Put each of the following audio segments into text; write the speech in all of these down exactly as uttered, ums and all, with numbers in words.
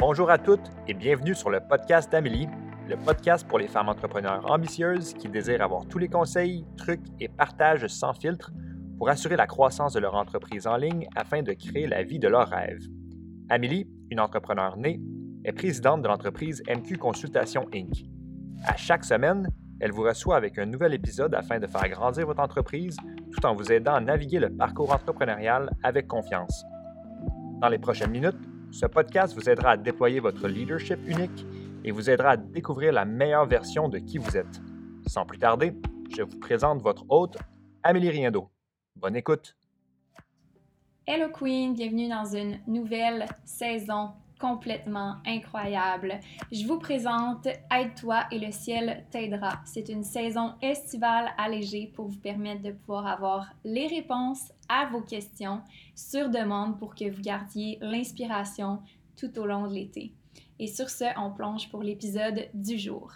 Bonjour à toutes et bienvenue sur le podcast d'Amélie, le podcast pour les femmes entrepreneurs ambitieuses qui désirent avoir tous les conseils, trucs et partages sans filtre pour assurer la croissance de leur entreprise en ligne afin de créer la vie de leurs rêves. Amélie, une entrepreneure née, est présidente de l'entreprise M Q Consultation Incorporée. À chaque semaine, elle vous reçoit avec un nouvel épisode afin de faire grandir votre entreprise tout en vous aidant à naviguer le parcours entrepreneurial avec confiance. Dans les prochaines minutes, ce podcast vous aidera à déployer votre leadership unique et vous aidera à découvrir la meilleure version de qui vous êtes. Sans plus tarder, je vous présente votre hôte, Amélie Riendo. Bonne écoute! Hello Queen, bienvenue dans une nouvelle saison complètement incroyable. Je vous présente Aide-toi et le ciel t'aidera. C'est une saison estivale allégée pour vous permettre de pouvoir avoir les réponses à vos questions sur demande pour que vous gardiez l'inspiration tout au long de l'été. Et sur ce, on plonge pour l'épisode du jour.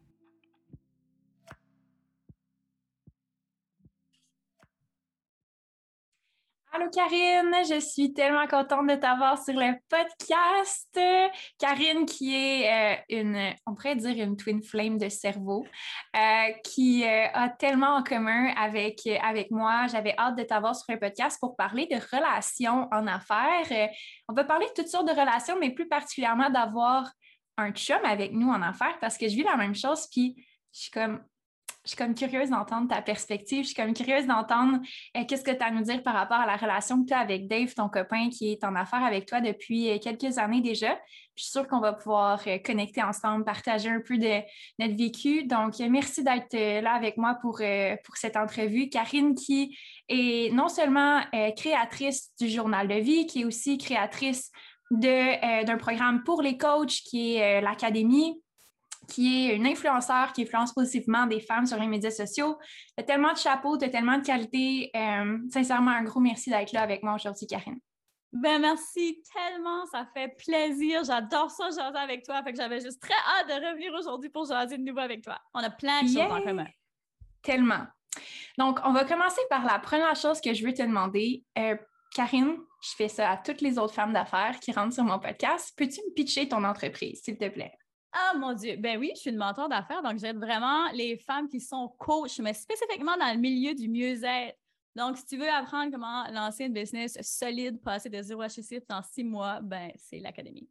Allô Karine, je suis tellement contente de t'avoir sur le podcast. Karine qui est euh, une, on pourrait dire une twin flame de cerveau, euh, qui euh, a tellement en commun avec, avec moi. J'avais hâte de t'avoir sur le podcast pour parler de relations en affaires. Euh, on va parler de toutes sortes de relations, mais plus particulièrement d'avoir un chum avec nous en affaires parce que je vis la même chose puis je suis comme... Je suis comme curieuse d'entendre ta perspective. Je suis comme curieuse d'entendre euh, qu'est-ce que tu as à nous dire par rapport à la relation que tu as avec Dave, ton copain qui est en affaires avec toi depuis euh, quelques années déjà. Je suis sûre qu'on va pouvoir euh, connecter ensemble, partager un peu de notre vécu. Donc, euh, merci d'être euh, là avec moi pour, euh, pour cette entrevue. Karine qui est non seulement euh, créatrice du Journal de vie, qui est aussi créatrice de, euh, d'un programme pour les coachs qui est euh, l'Académie, qui est une influenceur qui influence positivement des femmes sur les médias sociaux. Tu as tellement de chapeaux, tu as tellement de qualités. Euh, sincèrement, un gros merci d'être là avec moi aujourd'hui, Karine. Ben merci tellement, ça fait plaisir. J'adore ça, jaser avec toi. Fait que j'avais juste très hâte de revenir aujourd'hui pour jaser de nouveau avec toi. On a plein de yeah! choses en commun. Tellement. Donc, on va commencer par la première chose que je veux te demander. Euh, Karine, je fais ça à toutes les autres femmes d'affaires qui rentrent sur mon podcast. Peux-tu me pitcher ton entreprise, s'il te plaît? Ah, mon Dieu! Ben oui, je suis une mentor d'affaires, donc j'aide vraiment les femmes qui sont coachs, mais spécifiquement dans le milieu du mieux-être. Donc, si tu veux apprendre comment lancer une business solide, passer de zéro à chiffre en six mois, ben c'est l'Académie.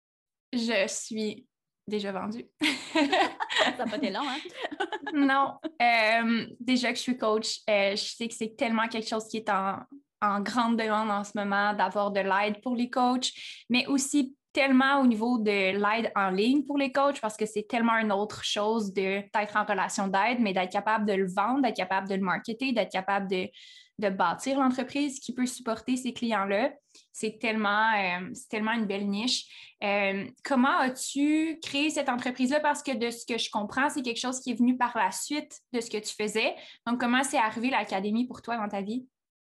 Je suis déjà vendue. Ça n'a pas été long, hein? Non. Euh, déjà que je suis coach, euh, je sais que c'est tellement quelque chose qui est en, en grande demande en ce moment, d'avoir de l'aide pour les coachs, mais aussi tellement au niveau de l'aide en ligne pour les coachs parce que c'est tellement une autre chose de, d'être en relation d'aide, mais d'être capable de le vendre, d'être capable de le marketer, d'être capable de, de bâtir l'entreprise qui peut supporter ces clients-là. C'est tellement, euh, c'est tellement une belle niche. Euh, comment as-tu créé cette entreprise-là? Parce que de ce que je comprends, c'est quelque chose qui est venu par la suite de ce que tu faisais. Donc, comment c'est arrivé l'Académie pour toi dans ta vie?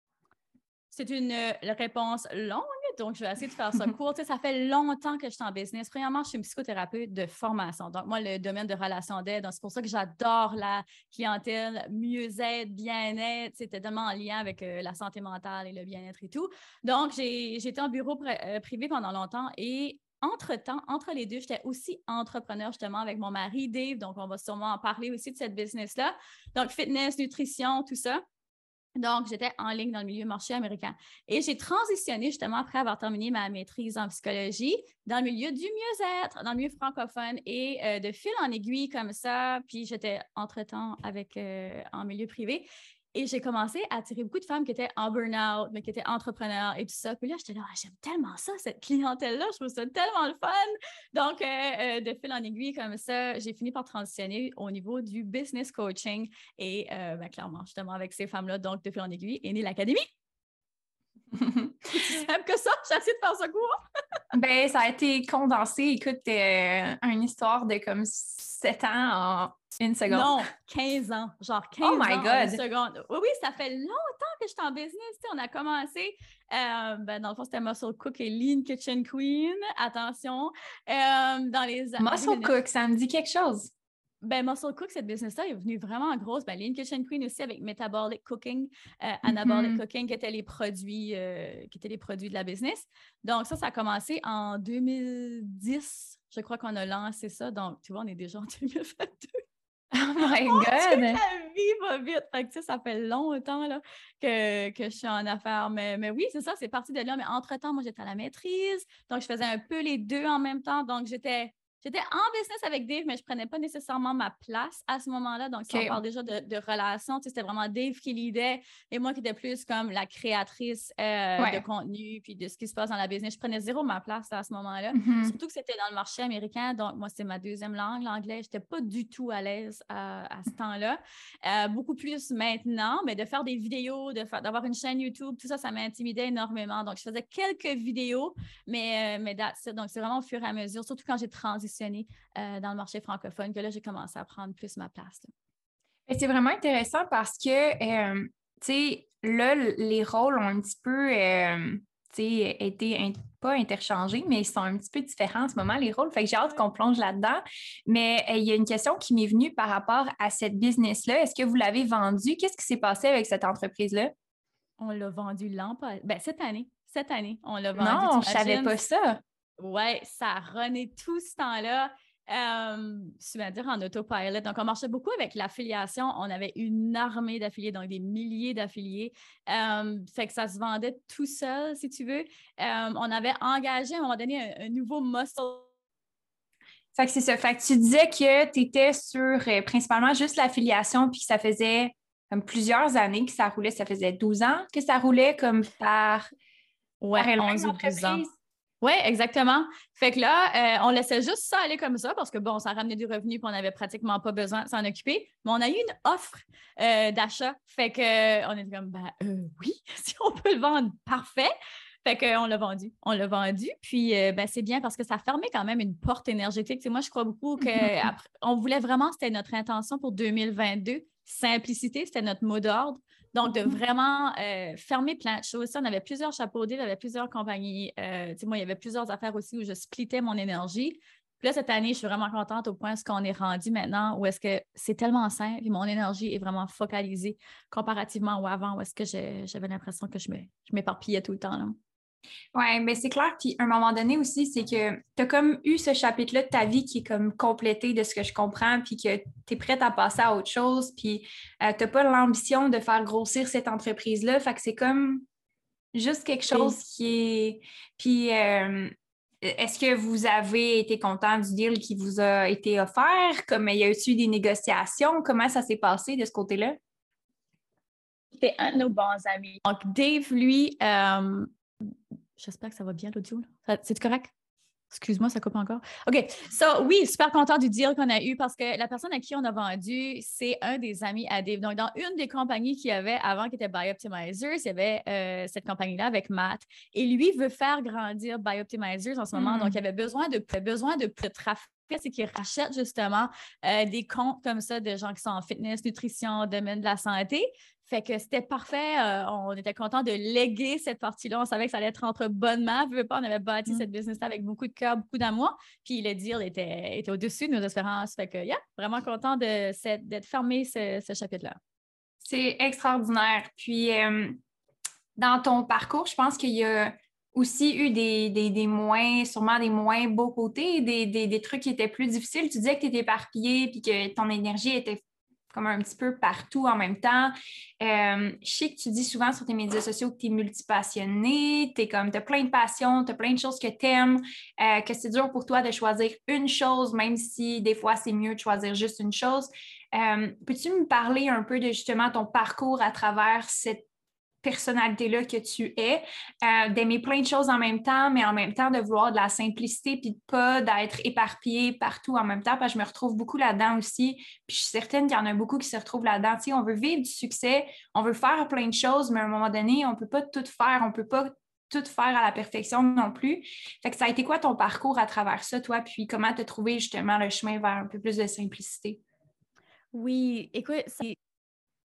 C'est une euh, réponse longue, donc je vais essayer de faire ça court. Tu sais, ça fait longtemps que je suis en business. Premièrement, je suis une psychothérapeute de formation. Donc, moi, le domaine de relations d'aide, c'est pour ça que j'adore la clientèle, mieux-être, bien-être. C'était tellement en lien avec euh, la santé mentale et le bien-être et tout. Donc, j'ai, j'étais en bureau pr- euh, privé pendant longtemps et entre-temps, entre les deux, j'étais aussi entrepreneur justement avec mon mari Dave. Donc, on va sûrement en parler aussi de cette business-là. Donc, fitness, nutrition, tout ça. Donc, j'étais en ligne dans le milieu marché américain. Et j'ai transitionné justement après avoir terminé ma maîtrise en psychologie dans le milieu du mieux-être, dans le milieu francophone et euh, de fil en aiguille comme ça. Puis, j'étais entre-temps avec, euh, en milieu privé. Et j'ai commencé à attirer beaucoup de femmes qui étaient en burn-out, mais qui étaient entrepreneurs et tout ça. Puis là, j'étais là, ah, j'aime tellement ça, cette clientèle-là, je trouve ça tellement le fun. Donc, euh, euh, de fil en aiguille comme ça, j'ai fini par transitionner au niveau du business coaching. Et euh, ben, clairement, justement, avec ces femmes-là, donc de fil en aiguille, est née l'Académie. C'est simple que ça, j'ai essayé de faire ça court. Ben, ça a été condensé. Écoute, euh, une histoire de comme sept ans en une seconde. Non, quinze ans. Genre quinze oh my ans God. en une seconde. Oui, oui, ça fait longtemps que je suis en business. Tu sais, on a commencé, euh, ben, dans le fond, c'était Muscle Cook et Lean Kitchen Queen. Attention. Euh, dans les Muscle Cook, ça me dit quelque chose. ben, Muscle Cook, cette business-là est venue vraiment grosse. Ben, Lean Kitchen Queen aussi avec Metabolic Cooking, euh, Anabolic Mhm. Cooking, qui étaient les produits, euh, qui étaient les produits de la business. Donc, ça, ça a commencé en deux mille dix. Je crois qu'on a lancé ça. Donc, tu vois, on est déjà en deux mille vingt-deux. Oh my Oh Dieu, God! la vie va vite! Fait que, ça, ça fait longtemps là, que, que je suis en affaires. Mais, mais oui, c'est ça, c'est parti de là. Mais entre-temps, moi, j'étais à la maîtrise. Donc, je faisais un peu les deux en même temps. Donc, j'étais, j'étais en business avec Dave, mais je ne prenais pas nécessairement ma place à ce moment-là. Donc, si on OK. parle déjà de, de relations, tu sais, c'était vraiment Dave qui leadait et moi qui étais plus comme la créatrice euh, de Ouais. contenu puis de ce qui se passe dans la business. Je prenais zéro ma place à ce moment-là. Mhm. Surtout que c'était dans le marché américain. Donc, moi, c'est ma deuxième langue, l'anglais. Je n'étais pas du tout à l'aise à, à ce temps-là. Euh, beaucoup plus maintenant, mais de faire des vidéos, de faire, d'avoir une chaîne YouTube, tout ça, ça m'intimidait énormément. Donc, je faisais quelques vidéos, mais, euh, mais that's it. Donc, c'est vraiment au fur et à mesure, surtout quand j'ai transitionné euh, dans le marché francophone, que là, j'ai commencé à prendre plus ma place. Là. Et c'est vraiment intéressant parce que, euh, tu sais, là, les rôles ont un petit peu, euh, tu sais, été in- pas interchangés, mais ils sont un petit peu différents en ce moment, les rôles. Fait que j'ai hâte Ouais. qu'on plonge là-dedans. Mais euh, il y a une question qui m'est venue par rapport à cette business-là. Est-ce que vous l'avez vendue? Qu'est-ce qui s'est passé avec cette entreprise-là? On l'a vendu l'an passé. Ben, cette année. Cette année, on l'a vendu. Non, je savais T'imagines? pas ça. Ouais, ça a runné tout ce temps-là. Euh, je vais dire en autopilot. Donc, on marchait beaucoup avec l'affiliation. On avait une armée d'affiliés, donc des milliers d'affiliés. Euh, fait que ça se vendait tout seul, si tu veux. Euh, on avait engagé à un moment donné un, un nouveau muscle. Fait que c'est ça. Fait que tu disais que tu étais sur euh, principalement juste l'affiliation, puis que ça faisait comme plusieurs années que ça roulait. Ça faisait douze ans que ça roulait comme par, par Ouais, elle-même onze ou douze ans. l'entreprise. Oui, exactement. Fait que là, euh, on laissait juste ça aller comme ça parce que, bon, ça ramenait du revenu et on n'avait pratiquement pas besoin de s'en occuper. Mais on a eu une offre euh, d'achat. Fait que, euh, on était comme, ben euh, oui, si on peut le vendre, parfait. Fait qu'on l'a vendu. On l'a vendu. Puis, euh, ben, c'est bien parce que ça fermait quand même une porte énergétique. Tu sais, moi, je crois beaucoup Mhm. qu'on voulait vraiment, c'était notre intention pour deux mille vingt-deux. Simplicité, c'était notre mot d'ordre. Donc, de vraiment euh, fermer plein de choses. Ça, on avait plusieurs chapeaux d'île, il y avait plusieurs compagnies. Euh, moi, il y avait plusieurs affaires aussi où je splittais mon énergie. Puis là, cette année, je suis vraiment contente au point où on est rendu maintenant, où est-ce que c'est tellement simple et mon énergie est vraiment focalisée comparativement au avant, où est-ce que j'ai- j'avais l'impression que je me- je m'éparpillais tout le temps. Là. Oui, mais c'est clair. Puis à un moment donné aussi, c'est que tu as comme eu ce chapitre-là de ta vie qui est comme complété de ce que je comprends, puis que tu es prête à passer à autre chose, puis euh, tu n'as pas l'ambition de faire grossir cette entreprise-là. Fait que c'est comme juste quelque chose Oui. qui est. Puis euh, est-ce que vous avez été content du deal qui vous a été offert? Comme il y a eu des négociations? Comment ça s'est passé de ce côté-là? C'est un de nos bons amis. Donc, Dave, lui, euh, j'espère que ça va bien l'audio. là. Ça- C'est correct? Excuse-moi, ça coupe encore. OK. So, oui, super content du deal qu'on a eu parce que la personne à qui on a vendu, c'est un des amis à Dave. Donc, dans une des compagnies qu'il y avait avant, qui était Bioptimizers, il y avait euh, cette compagnie-là avec Matt. Et lui veut faire grandir Bioptimizers en ce moment. Donc, il avait besoin de, besoin de, de trafic. C'est qu'il rachète justement euh, des comptes comme ça de gens qui sont en fitness, nutrition, domaine de la santé. Fait que c'était parfait. Euh, on était content de léguer cette partie-là. On savait que ça allait être entre bonnes mains. Veux pas, on avait bâti Mm. cette business-là avec beaucoup de cœur, beaucoup d'amour. Puis le deal était, était au-dessus de nos espérances. Fait que, yeah, vraiment content de, cette- d'être fermé ce, ce chapitre-là. C'est extraordinaire. Puis, euh, dans ton parcours, je pense qu'il y a aussi eu des, des, des moins, sûrement des moins beaux côtés, des, des, des trucs qui étaient plus difficiles. Tu disais que tu étais éparpillée puis que ton énergie était comme un petit peu partout en même temps. Euh, je sais que tu dis souvent sur tes médias sociaux que tu es multipassionnée, tu as plein de passions, tu as plein de choses que tu aimes, euh, que c'est dur pour toi de choisir une chose, même si des fois c'est mieux de choisir juste une chose. Euh, peux-tu me parler un peu de justement ton parcours à travers cette personnalité-là que tu es, euh, d'aimer plein de choses en même temps, mais en même temps de vouloir de la simplicité puis de pas d'être éparpillé partout en même temps, parce que je me retrouve beaucoup là-dedans aussi. Puis je suis certaine qu'il y en a beaucoup qui se retrouvent là-dedans. Tu sais, on veut vivre du succès, on veut faire plein de choses, mais à un moment donné, on peut pas tout faire, on peut pas tout faire à la perfection non plus. Fait que ça a été quoi ton parcours à travers ça, toi, puis comment tu as trouvé justement le chemin vers un peu plus de simplicité? Oui, écoute, c'est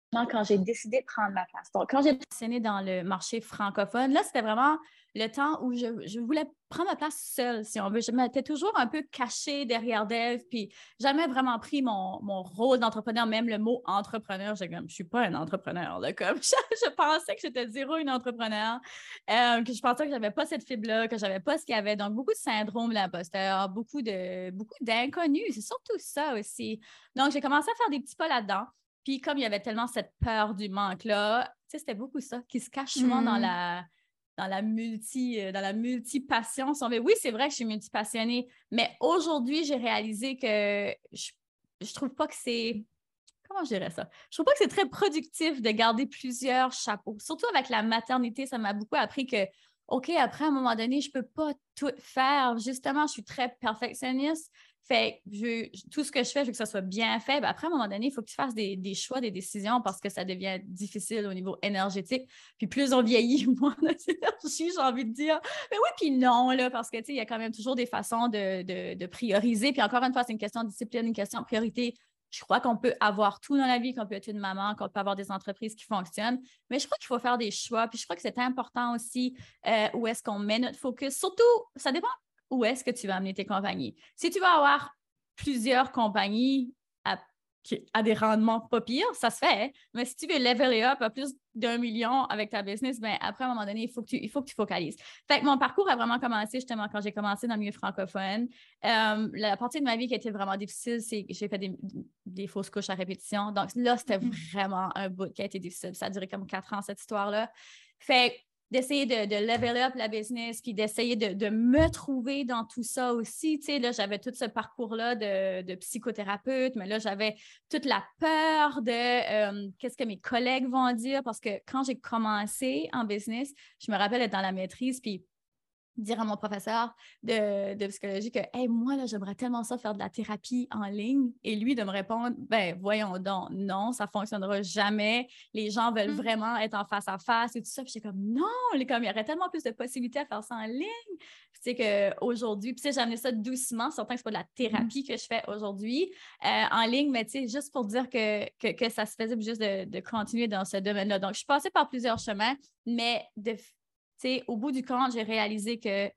quand j'ai décidé de prendre ma place. Donc, quand j'ai enseigné dans le marché francophone, là, c'était vraiment le temps où je, je voulais prendre ma place seule, si on veut. Je m'étais toujours un peu cachée derrière Dev, puis jamais vraiment pris mon, mon rôle d'entrepreneur, même le mot entrepreneur. J'ai comme, je suis pas un entrepreneur, là, comme je, je pensais que j'étais zéro une entrepreneur, euh, que je pensais que j'avais pas cette fibre-là, que j'avais pas ce qu'il y avait. Donc, beaucoup de syndrome de l'imposteur, beaucoup de, beaucoup d'inconnus. C'est surtout ça aussi. Donc, j'ai commencé à faire des petits pas là-dedans. Puis comme il y avait tellement cette peur du manque-là, tu sais, c'était beaucoup ça qui se cache souvent mm. dans la dans la multi dans la multi-passion. Oui, c'est vrai que je suis multi-passionnée, mais aujourd'hui, j'ai réalisé que je, je trouve pas que c'est... Comment je dirais ça? Je trouve pas que c'est très productif de garder plusieurs chapeaux. Surtout avec la maternité, ça m'a beaucoup appris que, OK, après, à un moment donné, je peux pas tout faire. Justement, je suis très perfectionniste. Fait je, tout ce que je fais, je veux que ça soit bien fait. Ben après, à un moment donné, il faut que tu fasses des, des choix, des décisions parce que ça devient difficile au niveau énergétique. Puis plus on vieillit, moins on a d'énergie, j'ai envie de dire. Mais oui, puis non, là, parce que, tu sais, il y a quand même toujours des façons de, de, de prioriser. Puis encore une fois, c'est une question de discipline, une question de priorité. Je crois qu'on peut avoir tout dans la vie, qu'on peut être une maman, qu'on peut avoir des entreprises qui fonctionnent, mais je crois qu'il faut faire des choix. Puis je crois que c'est important aussi euh, où est-ce qu'on met notre focus. Surtout, ça dépend où est-ce que tu vas amener tes compagnies. Si tu vas avoir plusieurs compagnies à, à des rendements pas pires, ça se fait. Hein? Mais si tu veux leveler up à plus d'un million avec ta business, ben après, à un moment donné, il faut que tu, il faut que tu focalises. Fait que mon parcours a vraiment commencé justement quand j'ai commencé dans le milieu francophone. Euh, la partie de ma vie qui a été vraiment difficile, c'est que j'ai fait des, des fausses couches à répétition. Donc là, c'était mm-hmm. vraiment un bout qui a été difficile. Ça a duré comme quatre ans, cette histoire-là. Fait d'essayer de, de level up la business, puis d'essayer de, de me trouver dans tout ça aussi. Tu sais, là, j'avais tout ce parcours-là de, de psychothérapeute, mais là, j'avais toute la peur de euh, qu'est-ce que mes collègues vont dire, parce que quand j'ai commencé en business, je me rappelle être dans la maîtrise, puis dire à mon professeur de, de psychologie que hey, moi, là, j'aimerais tellement ça faire de la thérapie en ligne. Et lui, de me répondre, ben voyons donc, non, ça ne fonctionnera jamais. Les gens veulent mm. vraiment être en face à face et tout ça. Puis j'étais comme non, comme, il y aurait tellement plus de possibilités à faire ça en ligne. Puis tu sais qu'aujourd'hui, puis tu sais, j'ai amené ça doucement, certain que ce n'est pas de la thérapie mm. que je fais aujourd'hui euh, en ligne, mais tu sais, juste pour dire que, que, que ça se faisait juste de, de continuer dans ce domaine-là. Donc, je suis passée par plusieurs chemins, mais de T'sais, au bout du compte, j'ai réalisé que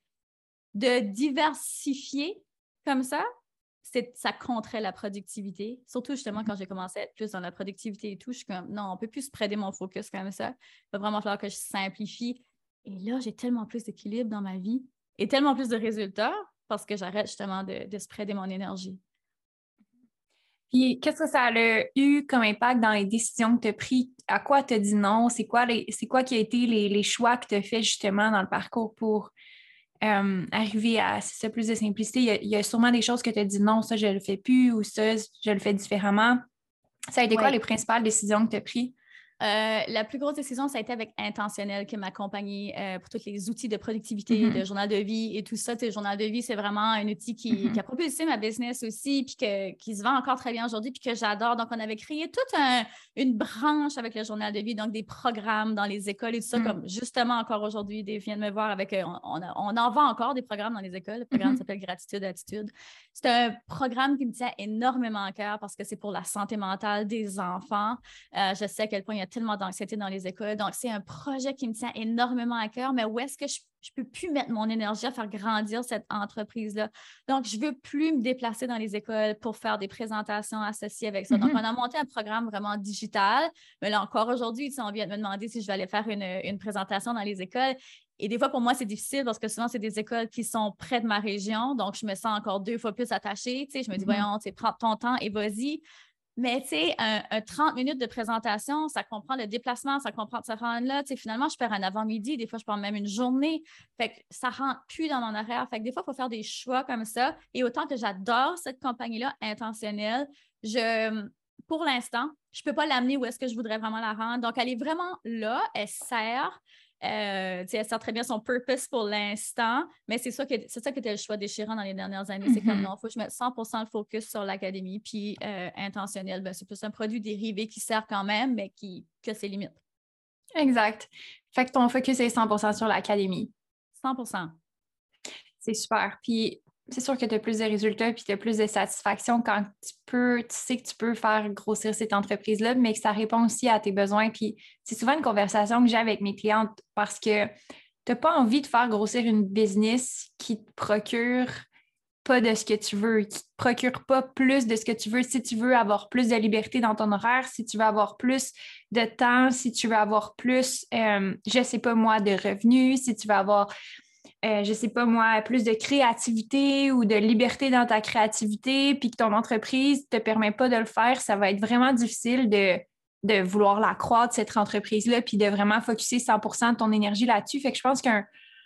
de diversifier comme ça, ça contrait la productivité. Surtout, justement, quand j'ai commencé à être plus dans la productivité et tout, je suis comme, non, on ne peut plus spreader mon focus comme ça. Il va vraiment falloir que je simplifie. Et là, j'ai tellement plus d'équilibre dans ma vie et tellement plus de résultats parce que j'arrête justement de, de spreader mon énergie. Puis, qu'est-ce que ça a eu comme impact dans les décisions que tu as prises? À quoi tu as dit non? C'est quoi, les, c'est quoi qui a été les, les choix que tu as fait justement dans le parcours pour euh, arriver à ça, plus de simplicité? Il y, a, il y a sûrement des choses que tu as dit non, ça, je le fais plus ou ça, je le fais différemment. Ça a été ouais. quoi les principales décisions que tu as prises? Euh, la plus grosse décision, ça a été avec Intentionnel qui m'a accompagnée euh, pour tous les outils de productivité, mm-hmm. de journal de vie et tout ça. Tu sais, journal de vie, c'est vraiment un outil qui, mm-hmm. qui a propulsé ma business aussi, puis que, qui se vend encore très bien aujourd'hui, puis que j'adore. Donc, on avait créé toute un, une branche avec le journal de vie, donc des programmes dans les écoles et tout ça, mm-hmm. comme justement encore aujourd'hui, Dave vient de me voir avec, euh, on, on, a, on en vend encore des programmes dans les écoles. Le programme mm-hmm. s'appelle Gratitude Attitude. C'est un programme qui me tient énormément à cœur parce que c'est pour la santé mentale des enfants. Euh, je sais à quel point il y a tellement d'anxiété dans les écoles. Donc, c'est un projet qui me tient énormément à cœur, mais où est-ce que je ne peux plus mettre mon énergie à faire grandir cette entreprise-là? Donc, je ne veux plus me déplacer dans les écoles pour faire des présentations associées avec ça. Mm-hmm. Donc, on a monté un programme vraiment digital, mais là encore aujourd'hui, on vient de me demander si je vais aller faire une, une présentation dans les écoles. Et des fois, pour moi, c'est difficile parce que souvent, c'est des écoles qui sont près de ma région. Donc, je me sens encore deux fois plus attachée. Tu sais, je me dis, mm-hmm. voyons, tu sais, prends ton temps et vas-y. Mais tu sais, un, un trente minutes de présentation, ça comprend le déplacement, ça comprend de se rendre là. Tu sais, finalement, je perds un avant-midi, des fois, je perds même une journée. Fait que ça ne rentre plus dans mon horaire. Fait que des fois, il faut faire des choix comme ça. Et autant que j'adore cette compagnie-là, Intentionnelle, je, pour l'instant, je ne peux pas l'amener où est-ce que je voudrais vraiment la rendre. Donc, elle est vraiment là, elle sert. Euh, elle sert très bien son purpose pour l'instant, mais c'est ça que c'est ça qui était le choix déchirant dans les dernières années. Mm-hmm. C'est comme non, il faut que je mette cent pour cent le focus sur l'académie, puis euh, Intentionnel, ben, c'est plus un produit dérivé qui sert quand même, mais qui, qui a ses limites. Exact. Fait que ton focus est cent pour cent sur l'académie. cent pour cent. C'est super. Puis c'est sûr que tu as plus de résultats puis tu as plus de satisfaction quand tu peux, tu sais que tu peux faire grossir cette entreprise-là, mais que ça répond aussi à tes besoins. Puis c'est souvent une conversation que j'ai avec mes clientes parce que tu n'as pas envie de faire grossir une business qui te procure pas de ce que tu veux, qui ne te procure pas plus de ce que tu veux. Si tu veux avoir plus de liberté dans ton horaire, si tu veux avoir plus de temps, si tu veux avoir plus, euh, je sais pas moi, de revenus, si tu veux avoir, euh, je sais pas moi, plus de créativité ou de liberté dans ta créativité, puis que ton entreprise ne te permet pas de le faire, ça va être vraiment difficile de, de vouloir la croître, cette entreprise-là, puis de vraiment focusser cent pour cent de ton énergie là-dessus. Fait que je pense qu'un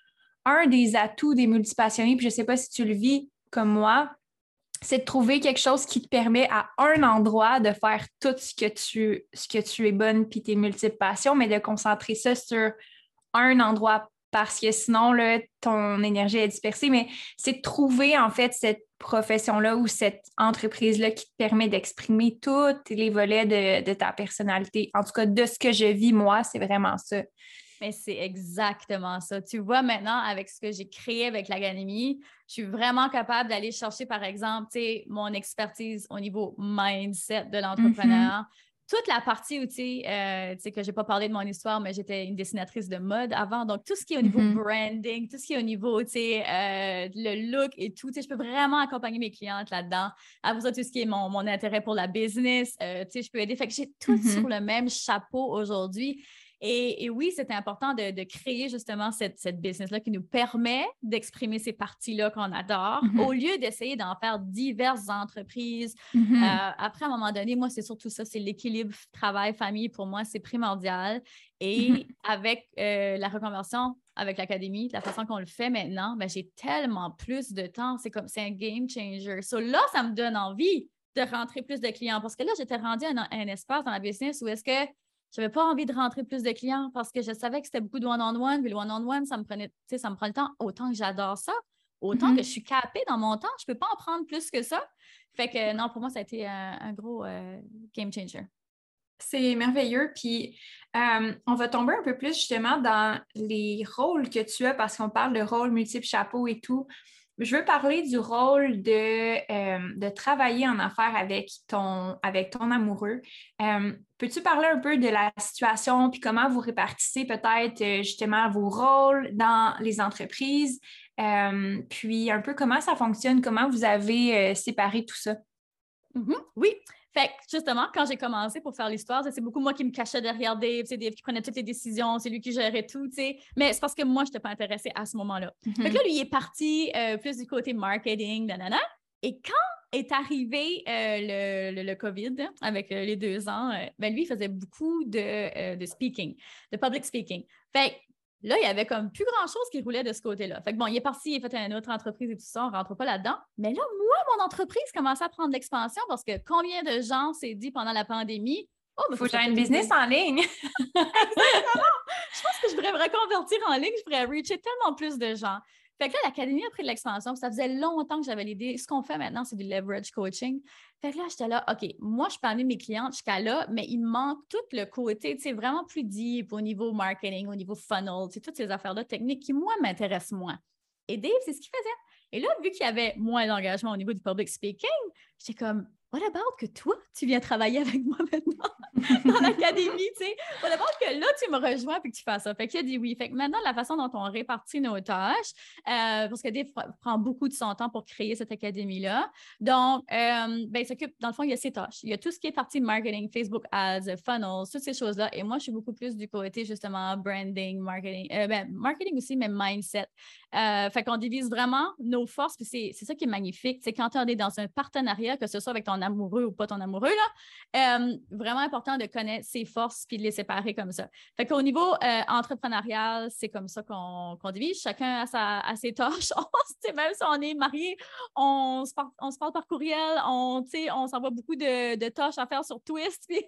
un des atouts des multipassionnés, puis je sais pas si tu le vis comme moi, c'est de trouver quelque chose qui te permet à un endroit de faire tout ce que tu, ce que tu es bonne puis tes multiples passions, mais de concentrer ça sur un endroit parce que sinon, là, ton énergie est dispersée. Mais c'est de trouver en fait cette profession-là ou cette entreprise-là qui te permet d'exprimer tous les volets de, de ta personnalité. En tout cas, de ce que je vis, moi, c'est vraiment ça. Mais c'est exactement ça. Tu vois, maintenant, avec ce que j'ai créé avec l'Académie, je suis vraiment capable d'aller chercher, par exemple, tu sais, mon expertise au niveau mindset de l'entrepreneur. Mm-hmm. Toute la partie où, tu sais, euh, tu sais, que je n'ai pas parlé de mon histoire, mais j'étais une dessinatrice de mode avant. Donc, tout ce qui est au niveau mm-hmm. branding, tout ce qui est au niveau, tu sais, euh, le look et tout, tu sais, je peux vraiment accompagner mes clientes là-dedans. Après ça, tout ce qui est mon, mon intérêt pour la business, euh, tu sais, je peux aider. Fait que j'ai tout mm-hmm. sur le même chapeau aujourd'hui. Et, et oui, c'est important de, de créer justement cette, cette business-là qui nous permet d'exprimer ces parties-là qu'on adore, mm-hmm. au lieu d'essayer d'en faire diverses entreprises. Mm-hmm. Euh, après, à un moment donné, moi, c'est surtout ça, c'est l'équilibre travail-famille. Pour moi, c'est primordial. Et mm-hmm. avec euh, la reconversion, avec l'Académie, la façon qu'on le fait maintenant, ben, j'ai tellement plus de temps. C'est comme, c'est un game changer. So là, ça me donne envie de rentrer plus de clients parce que là, j'étais rendue à un, un espace dans la business où est-ce que je n'avais pas envie de rentrer plus de clients parce que je savais que c'était beaucoup de one-on-one. Puis le one-on-one, ça me prenait, tu sais, ça me prend le temps. Autant que j'adore ça, autant mm-hmm. que je suis capée dans mon temps, je ne peux pas en prendre plus que ça. Fait que non, pour moi, ça a été un, un gros euh, game changer. C'est merveilleux. Puis, euh, on va tomber un peu plus justement dans les rôles que tu as parce qu'on parle de rôles multiples chapeaux et tout. Je veux parler du rôle de, euh, de travailler en affaires avec ton, avec ton amoureux. Euh, peux-tu parler un peu de la situation puis comment vous répartissez peut-être euh, justement vos rôles dans les entreprises? Euh, puis un peu comment ça fonctionne, comment vous avez euh, séparé tout ça? Mm-hmm. Oui. Fait que justement, quand j'ai commencé pour faire l'histoire, c'est beaucoup moi qui me cachais derrière Dave, c'est Dave qui prenait toutes les décisions, c'est lui qui gérait tout, tu sais. Mais c'est parce que moi, je n'étais pas intéressée à ce moment-là. Mm-hmm. Fait que là, lui, il est parti euh, plus du côté marketing, nanana. Et quand est arrivé euh, le, le, le COVID, avec euh, les deux ans, euh, ben lui, il faisait beaucoup de, euh, de speaking, de public speaking. Fait que là, il n'y avait comme plus grand-chose qui roulait de ce côté-là. Fait que bon, il est parti, il a fait une autre entreprise et tout ça, on ne rentre pas là-dedans. Mais là, moi, mon entreprise commençait à prendre de l'expansion parce que combien de gens s'est dit pendant la pandémie, oh, mais faut que j'ai une business en ligne. Exactement. Je pense que je devrais me reconvertir en ligne, je pourrais reacher tellement plus de gens. Fait que là, l'Académie a pris de l'expansion. Ça faisait longtemps que j'avais l'idée. Ce qu'on fait maintenant, c'est du leverage coaching. Fait que là, j'étais là, OK, moi, je peux amener mes clientes jusqu'à là, mais il me manque tout le côté, tu sais, vraiment plus deep au niveau marketing, au niveau funnel, tu sais, toutes ces affaires-là techniques qui, moi, m'intéressent moins. Et Dave, c'est ce qu'il faisait. Et là, vu qu'il y avait moins d'engagement au niveau du public speaking, j'étais comme, what about que toi, tu viens travailler avec moi maintenant dans l'Académie, tu sais? What about que là, tu me rejoins et que tu fasses ça? Fait qu'il a dit oui. Fait que maintenant, la façon dont on répartit nos tâches, euh, parce que Dave prend beaucoup de son temps pour créer cette Académie-là. Donc, euh, ben, il s'occupe, dans le fond, il y a ses tâches. Il y a tout ce qui est partie de marketing, Facebook Ads, funnels, toutes ces choses-là. Et moi, je suis beaucoup plus du côté, justement, branding, marketing, euh, ben, marketing aussi, mais mindset. Euh, fait qu'on divise vraiment nos forces, puis c'est, c'est ça qui est magnifique. C'est quand on est dans un partenariat, que ce soit avec ton amoureux ou pas ton amoureux, là, euh, vraiment important de connaître ses forces puis de les séparer comme ça. Fait qu'au niveau euh, entrepreneurial, c'est comme ça qu'on, qu'on divise. Chacun a, sa, a ses tâches. On, même si on est mariés, on se, par, on se parle par courriel, on, on s'envoie beaucoup de, de tâches à faire sur Twist, puis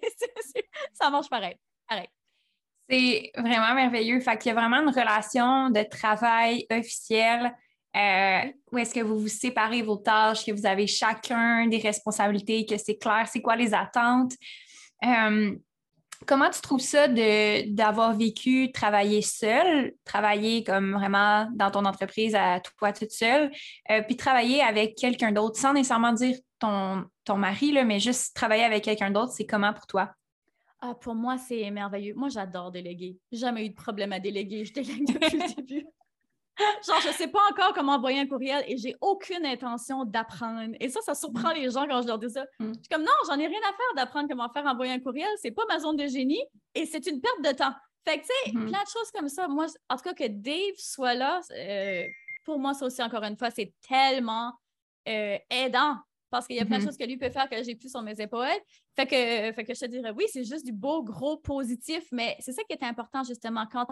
ça marche pareil. pareil. C'est vraiment merveilleux. Fait qu'il y a vraiment une relation de travail officielle euh, où est-ce que vous vous séparez vos tâches, que vous avez chacun des responsabilités, que c'est clair, c'est quoi les attentes. Euh, comment tu trouves ça de, d'avoir vécu, travailler seule, travailler comme vraiment dans ton entreprise à toi toute seule, euh, puis travailler avec quelqu'un d'autre, sans nécessairement dire ton, ton mari, là, mais juste travailler avec quelqu'un d'autre, c'est comment pour toi? Ah, pour moi, c'est merveilleux. Moi, j'adore déléguer. Jamais eu de problème à déléguer. Je délègue depuis le début. Genre, je ne sais pas encore comment envoyer un courriel et j'ai aucune intention d'apprendre. Et ça, ça surprend les gens quand je leur dis ça. Mm. Je suis comme, non, j'en ai rien à faire d'apprendre comment faire envoyer un courriel. C'est pas ma zone de génie et c'est une perte de temps. Fait que, tu sais, Mm. plein de choses comme ça. Moi, en tout cas, que Dave soit là, euh, pour moi, ça aussi, encore une fois, c'est tellement euh, aidant. Parce qu'il y a plein de Mm-hmm. choses que lui peut faire que j'ai plus sur mes épaules. Fait que, fait que je te dirais, oui, c'est juste du beau, gros positif, mais c'est ça qui est important, justement, quand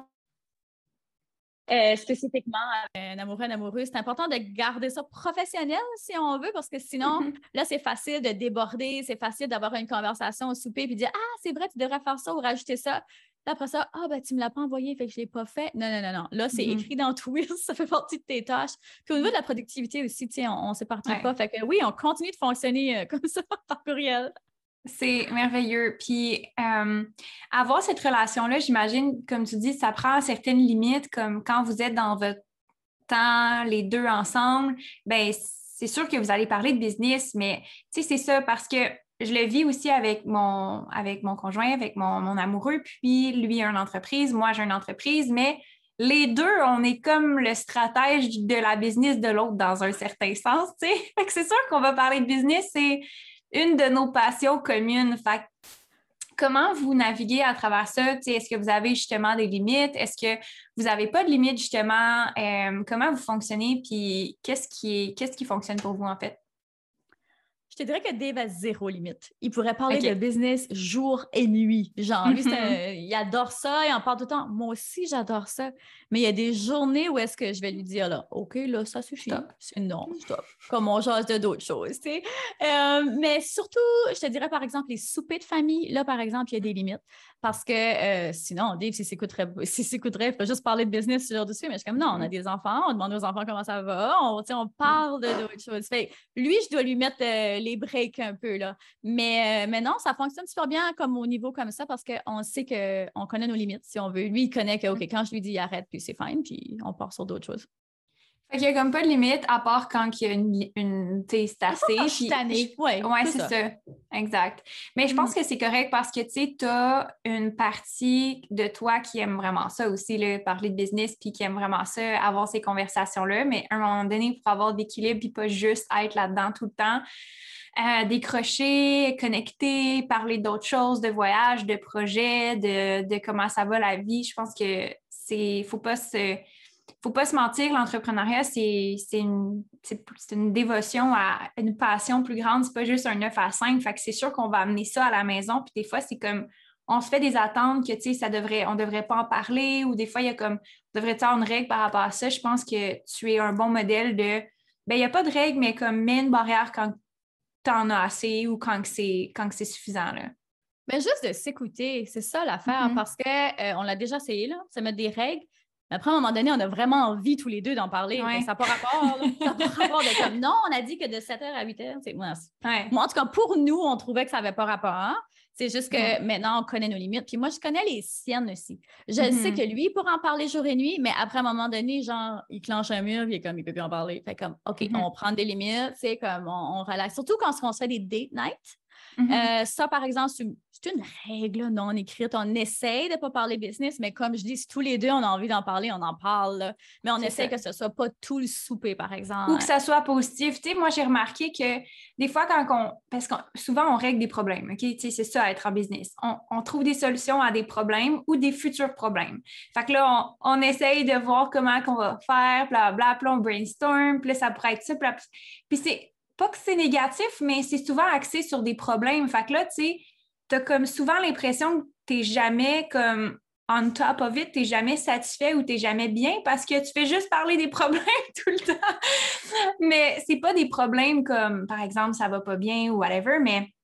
euh, spécifiquement un amoureux, un amoureux, c'est important de garder ça professionnel, si on veut, parce que sinon, Mm-hmm. là, c'est facile de déborder, c'est facile d'avoir une conversation au souper puis dire « Ah, c'est vrai, tu devrais faire ça ou rajouter ça. » Après ça, « Ah, ben, tu me l'as pas envoyé, fait que je l'ai pas fait. » Non, non, non, non. Là, c'est Mm-hmm. écrit dans Twist, ça fait partie de tes tâches. Puis au niveau de la productivité aussi, tu sais, on, on s'éparpille Ouais. pas. Fait que oui, on continue de fonctionner euh, comme ça par courriel. C'est merveilleux. Puis, euh, avoir cette relation-là, j'imagine, comme tu dis, ça prend certaines limites, comme quand vous êtes dans votre temps, les deux ensemble, ben c'est sûr que vous allez parler de business, mais tu sais, c'est ça parce que je le vis aussi avec mon, avec mon conjoint, avec mon, mon amoureux, puis lui a une entreprise, moi j'ai une entreprise, mais les deux, on est comme le stratège de la business de l'autre dans un certain sens, tu sais. Fait que c'est sûr qu'on va parler de business, c'est une de nos passions communes. Fait que comment vous naviguez à travers ça? T'sais, est-ce que vous avez justement des limites? Est-ce que vous n'avez pas de limites, justement? Euh, comment vous fonctionnez? Puis qu'est-ce qui est, qu'est-ce qui fonctionne pour vous, en fait? Je te dirais que Dave a zéro limite. Il pourrait parler Okay. de business jour et nuit. Genre, lui, c'est un, Mm-hmm. il adore ça, il en parle tout le temps. Moi aussi, j'adore ça. Mais il y a des journées où est-ce que je vais lui dire, là, OK, là, ça suffit. Stop. C'est non, stop. Comme on jase de d'autres choses, tu sais. Euh, mais surtout, je te dirais, par exemple, les soupers de famille. Là, par exemple, il y a des limites. Parce que euh, sinon, Dave, s'il s'écouterait, s'il s'écouterait, il ferait juste parler de business ce genre dessus. Mais je suis comme, non, on a des enfants, on demande aux enfants comment ça va, on, on parle de d'autres choses. Fait lui, je dois lui mettre euh, les breaks un peu, là. Mais, euh, mais non, ça fonctionne super bien comme au niveau comme ça parce qu'on sait qu'on connaît nos limites, si on veut. Lui, il connaît que, OK, quand je lui dis arrête, puis c'est fine, puis on part sur d'autres choses. Fait qu'il n'y a comme pas de limite, à part quand il y a une, une tu sais, c'est assez. Je suis tannée. Ouais, ouais, c'est ça. ça. Exact. Mais je pense Mm. que c'est correct parce que, tu sais, tu as une partie de toi qui aime vraiment ça aussi, là, parler de business, puis qui aime vraiment ça, avoir ces conversations-là. Mais à un moment donné, pour avoir d'équilibre, puis pas juste être là-dedans tout le temps, euh, décrocher, connecter, parler d'autres choses, de voyages, de projets, de, de comment ça va la vie. Je pense que c'est, faut pas se... Faut pas se mentir, l'entrepreneuriat, c'est, c'est, une, c'est, c'est une dévotion à une passion plus grande. C'est pas juste un neuf à cinq. Fait que c'est sûr qu'on va amener ça à la maison. Puis des fois, c'est comme on se fait des attentes que, tu sais, ça devrait, on devrait pas en parler. Ou des fois, il y a comme, on devrait avoir une règle par rapport à ça. Je pense que tu es un bon modèle de, ben il n'y a pas de règle, mais comme mets une barrière quand tu en as assez ou quand que c'est, quand que c'est suffisant, là. Mais juste de s'écouter, c'est ça l'affaire, Mm-hmm. parce qu'on euh, l'a déjà essayé, là, se mettre des règles. Mais après, à un moment donné, on a vraiment envie tous les deux d'en parler. Ouais. Ça n'a pas rapport. Là. Ça n'a pas rapport de comme non, on a dit que de sept heures à huit heures. C'est, moi, c'est... Ouais. moi, en tout cas, pour nous, on trouvait que ça n'avait pas rapport. Hein? C'est juste que Mm-hmm. maintenant, on connaît nos limites. Puis moi, je connais les siennes aussi. Je Mm-hmm. sais que lui, il pourra en parler jour et nuit, mais après, à un moment donné, genre, il clenche un mur, puis il est comme, il ne peut plus en parler. Fait comme, OK, Mm-hmm. on prend des limites, c'est comme, on, on relaxe. Surtout quand on se fait des date nights. Mm-hmm. Euh, ça, par exemple, c'est une, c'est une règle non écrite. On essaye de ne pas parler business, mais comme je dis, si tous les deux, on a envie d'en parler, on en parle. Là. Mais on C'est essaye ça. que ce ne soit pas tout le souper, par exemple. Ou que ça soit positif. Tu sais, moi, j'ai remarqué que des fois, quand on... Parce que souvent, on règle des problèmes, OK? Tu sais, c'est ça, être en business. On, on trouve des solutions à des problèmes ou des futurs problèmes. Fait que là, on, on essaye de voir comment on va faire, blablabla, puis là, on brainstorm, puis là, ça pourrait être ça. Puis, là, puis c'est... Pas que c'est négatif, mais c'est souvent axé sur des problèmes. Fait que là, tu sais, t'as comme souvent l'impression que t'es jamais comme on top of it, t'es jamais satisfait ou t'es jamais bien parce que tu fais juste parler des problèmes tout le temps. Mais c'est pas des problèmes comme, par exemple, ça va pas bien ou whatever, mais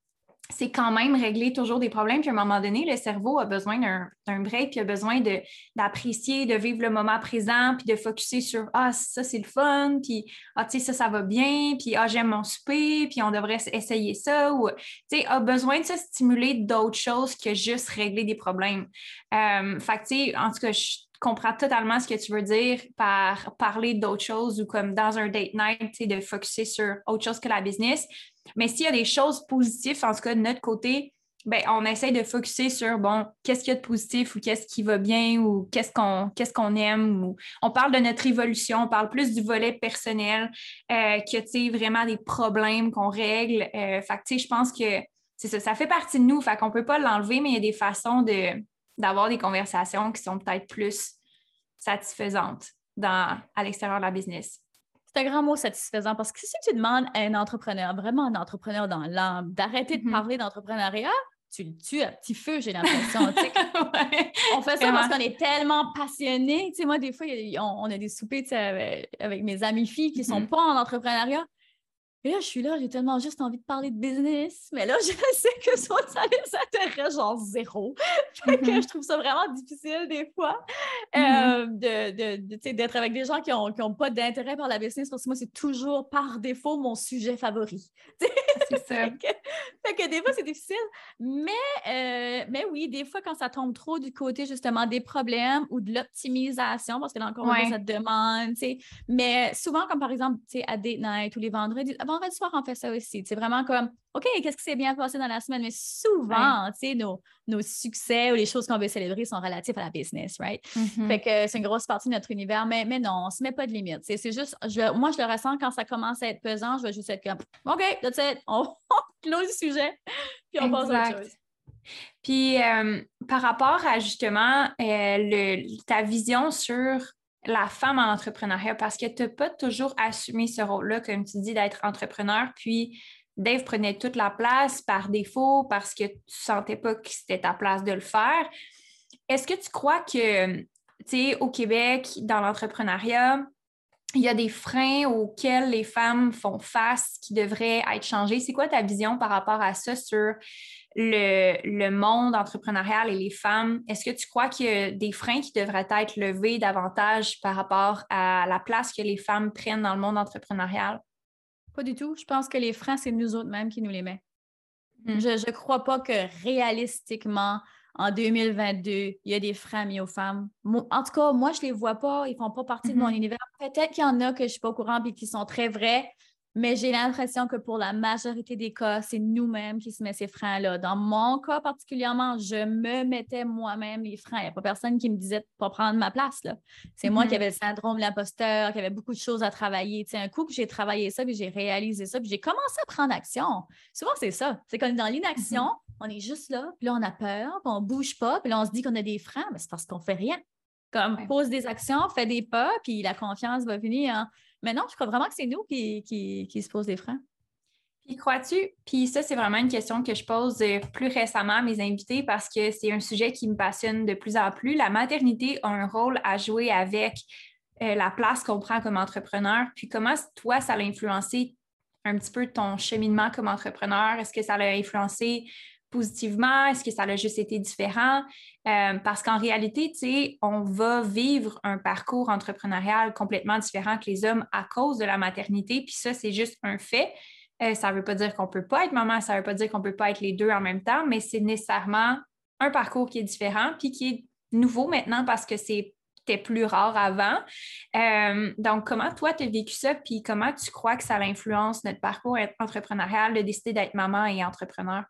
c'est quand même régler toujours des problèmes. Puis à un moment donné, le cerveau a besoin d'un, d'un break, puis a besoin de, d'apprécier, de vivre le moment présent, puis de focusser sur Ah, ça, c'est le fun, puis Ah, tu sais, ça, ça va bien, puis Ah, j'aime mon souper, puis on devrait essayer ça. Ou, tu sais, a besoin de se stimuler d'autres choses que juste régler des problèmes. Euh, fait que, tu sais, en tout cas, je comprends totalement ce que tu veux dire par parler d'autres choses ou comme dans un date night, tu sais, de focusser sur autre chose que la business. Mais s'il y a des choses positives, en tout cas de notre côté, ben, on essaie de focusser sur, bon, qu'est-ce qu'il y a de positif ou qu'est-ce qui va bien ou qu'est-ce qu'on, qu'est-ce qu'on aime. Ou on parle de notre évolution, on parle plus du volet personnel euh, que, tu sais, vraiment des problèmes qu'on règle. Euh, fait que, tu sais, je pense que c'est ça, ça fait partie de nous, fait qu'on peut pas l'enlever, mais il y a des façons de, d'avoir des conversations qui sont peut-être plus satisfaisantes dans, à l'extérieur de la business. C'est un grand mot satisfaisant parce que si tu demandes à un entrepreneur, vraiment un entrepreneur dans l'âme, d'arrêter mm-hmm. de parler d'entrepreneuriat, tu le tues à petit feu, j'ai l'impression. ouais, on fait ça vraiment. Parce qu'on est tellement passionnés. Tu sais, moi, des fois, on, on a des soupers avec, avec mes amies filles qui ne sont mm-hmm. pas en entrepreneuriat. Et là, je suis là, j'ai tellement juste envie de parler de business. Mais là, je sais que ça, ça les intéresse genre zéro. Fait que mm-hmm. je trouve ça vraiment difficile des fois mm-hmm. euh, de, de, de, d'être avec des gens qui n'ont qui ont pas d'intérêt par la business parce que moi, c'est toujours par défaut mon sujet favori. C'est ça. fait, que, fait que des fois, c'est difficile. Mais, euh, mais oui, des fois, quand ça tombe trop du côté justement des problèmes ou de l'optimisation, parce que là, encore une fois, ça te demande. T'sais. Mais souvent, comme par exemple à Date Night ou les vendredis, vendredi soir, on fait ça aussi. C'est vraiment comme, OK, qu'est-ce qui s'est bien passé dans la semaine? Mais souvent, ouais. tu sais, nos, nos succès ou les choses qu'on veut célébrer sont relatifs à la business, right? Mm-hmm. Fait que c'est une grosse partie de notre univers. Mais, mais non, on ne se met pas de limite. C'est, c'est juste, je, moi, je le ressens quand ça commence à être pesant, je vais juste être comme, OK, that's it. On, on close le sujet, puis on exact. Passe à autre chose. Puis, euh, par rapport à justement euh, le, ta vision sur la femme en entrepreneuriat, parce que tu n'as pas toujours assumé ce rôle-là, comme tu dis, d'être entrepreneur, puis Dave prenait toute la place par défaut parce que tu ne sentais pas que c'était ta place de le faire. Est-ce que tu crois que, tu sais, au Québec, dans l'entrepreneuriat, il y a des freins auxquels les femmes font face qui devraient être changés? C'est quoi ta vision par rapport à ça sur le, le monde entrepreneurial et les femmes? Est-ce que tu crois qu'il y a des freins qui devraient être levés davantage par rapport à la place que les femmes prennent dans le monde entrepreneurial? Pas du tout. Je pense que les freins, c'est nous autres mêmes qui nous les met. Mm. Je ne crois pas que réalistiquement, en deux mille vingt-deux, il y a des freins mis aux femmes. En tout cas, moi, je ne les vois pas. Ils ne font pas partie mm-hmm. de mon univers. Peut-être qu'il y en a que je ne suis pas au courant et qui sont très vrais, mais j'ai l'impression que pour la majorité des cas, c'est nous-mêmes qui se met ces freins-là. Dans mon cas particulièrement, je me mettais moi-même les freins. Il n'y a pas personne qui me disait de ne pas prendre ma place. Là. C'est mm-hmm. moi qui avais le syndrome de l'imposteur, qui avait beaucoup de choses à travailler. Tu sais, un coup que j'ai travaillé ça, puis j'ai réalisé ça, puis j'ai commencé à prendre action. Souvent, c'est ça. C'est qu'on est dans l'inaction, mm-hmm. on est juste là, puis là, on a peur, puis on ne bouge pas, puis là, on se dit qu'on a des freins, mais c'est parce qu'on ne fait rien. Comme ouais. pose des actions, fait des pas, puis la confiance va venir. Hein. Mais non, je crois vraiment que c'est nous qui, qui, qui se posent des freins. Puis crois-tu, puis ça, c'est vraiment une question que je pose plus récemment à mes invités parce que c'est un sujet qui me passionne de plus en plus. La maternité a un rôle à jouer avec euh, la place qu'on prend comme entrepreneur. Puis comment, toi, ça l'a influencé un petit peu ton cheminement comme entrepreneur? Est-ce que ça l'a influencé positivement? Est-ce que ça a juste été différent? Euh, parce qu'en réalité, tu sais, on va vivre un parcours entrepreneurial complètement différent que les hommes à cause de la maternité. Puis ça, c'est juste un fait. Euh, ça ne veut pas dire qu'on ne peut pas être maman, ça ne veut pas dire qu'on ne peut pas être les deux en même temps, mais c'est nécessairement un parcours qui est différent puis qui est nouveau maintenant parce que c'était plus rare avant. Euh, donc, comment toi, tu as vécu ça puis comment tu crois que ça influence notre parcours entrepreneurial de décider d'être maman et entrepreneur?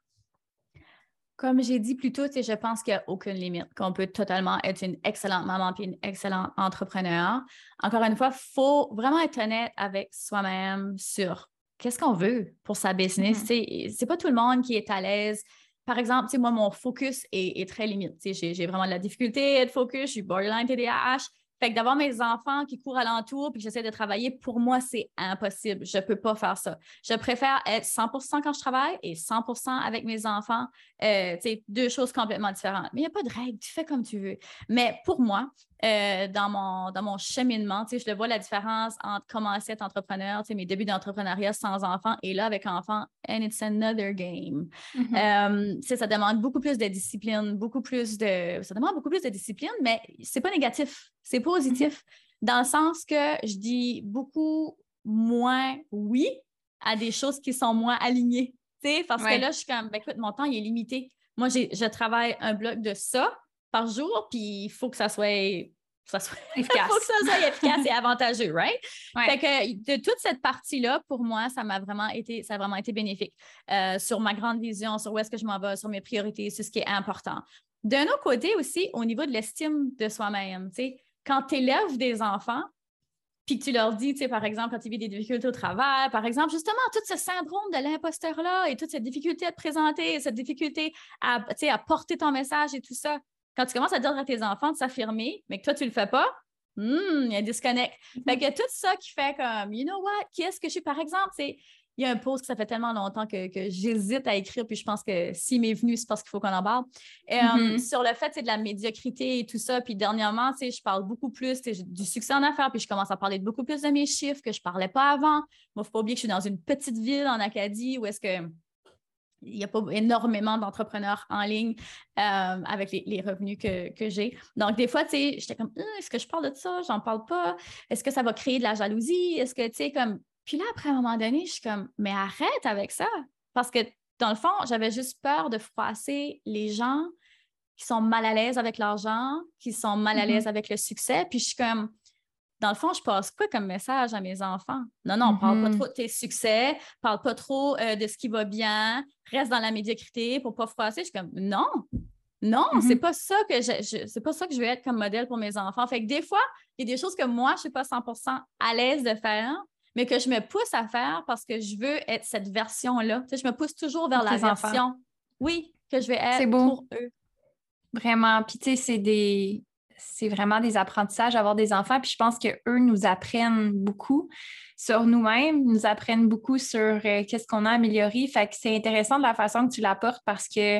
Comme j'ai dit plus tôt, je pense qu'il n'y a aucune limite, qu'on peut totalement être une excellente maman puis une excellente entrepreneur. Encore une fois, il faut vraiment être honnête avec soi-même sur qu'est-ce qu'on veut pour sa business. Mm-hmm. C'est pas tout le monde qui est à l'aise. Par exemple, moi, mon focus est, est très limité. J'ai, j'ai vraiment de la difficulté à être focus, je suis borderline T D A H. Fait que d'avoir mes enfants qui courent alentour puis que j'essaie de travailler, pour moi, c'est impossible. Je ne peux pas faire ça. Je préfère être cent pour cent quand je travaille et cent pour cent avec mes enfants. Euh, tu sais, deux choses complètement différentes. Mais il n'y a pas de règle. Tu fais comme tu veux. Mais pour moi, euh, dans, mon, dans mon cheminement, tu sais, je le vois la différence entre commencer à être entrepreneur, tu sais, mes débuts d'entrepreneuriat sans enfants et là, avec enfants, and it's another game. Mm-hmm. euh, ça demande beaucoup plus de discipline, beaucoup plus de... Ça demande beaucoup plus de discipline, mais c'est pas négatif. C'est positif dans le sens que je dis beaucoup moins oui à des choses qui sont moins alignées. Parce ouais. que là, je suis comme, ben, écoute, mon temps il est limité. Moi, j'ai, je travaille un bloc de ça par jour, puis il faut que ça soit, ça soit efficace. Il faut que ça soit efficace et avantageux, right? Ouais. Fait que de toute cette partie-là, pour moi, ça m'a vraiment été, ça a vraiment été bénéfique euh, sur ma grande vision, sur où est-ce que je m'en vais, sur mes priorités, sur ce qui est important. D'un autre côté aussi, au niveau de l'estime de soi-même, tu sais, quand tu élèves des enfants, puis que tu leur dis, tu sais, par exemple, quand ils vivent des difficultés au travail, par exemple, justement, tout ce syndrome de l'imposteur-là et toute cette difficulté à te présenter, cette difficulté à, tu sais, à porter ton message et tout ça, quand tu commences à dire à tes enfants de s'affirmer, mais que toi, tu le fais pas, hmm, il y a un disconnect. Mm-hmm. Fait que tout ça qui fait comme, you know what, qui est-ce que je suis, par exemple, c'est... Il y a un post que ça fait tellement longtemps que, que j'hésite à écrire, puis je pense que s'il m'est venu, c'est parce qu'il faut qu'on en parle. Mm-hmm. Um, sur le fait de la médiocrité et tout ça, puis dernièrement, je parle beaucoup plus du succès en affaires, puis je commence à parler de beaucoup plus de mes chiffres que je ne parlais pas avant. Moi, il ne faut pas oublier que je suis dans une petite ville en Acadie où est-ce que il n'y a pas énormément d'entrepreneurs en ligne euh, avec les, les revenus que, que j'ai. Donc, des fois, tu sais, j'étais comme, hm, est-ce que je parle de ça? J'en parle pas. Est-ce que ça va créer de la jalousie? Est-ce que, tu sais, comme... Puis là, après, à un moment donné, je suis comme, mais arrête avec ça. Parce que, dans le fond, j'avais juste peur de froisser les gens qui sont mal à l'aise avec l'argent, qui sont mal à l'aise mm-hmm. avec le succès. Puis je suis comme, dans le fond, je passe quoi comme message à mes enfants? Non, non, mm-hmm. parle pas trop de tes succès, parle pas trop euh, de ce qui va bien, reste dans la médiocrité pour pas froisser. Je suis comme, non, non, mm-hmm. c'est pas ça que je, je, c'est pas ça que je veux être comme modèle pour mes enfants. Fait que des fois, il y a des choses que moi, je suis pas cent pour cent à l'aise de faire, mais que je me pousse à faire parce que je veux être cette version-là. Tu sais, je me pousse toujours vers la version, enfants. oui, que je vais être pour eux. Vraiment. Puis, tu sais, c'est des... c'est vraiment des apprentissages d'avoir des enfants. Puis je pense qu'eux nous apprennent beaucoup sur nous-mêmes, nous apprennent beaucoup sur euh, qu'est-ce qu'on a amélioré. Fait que c'est intéressant de la façon que tu l'apportes parce que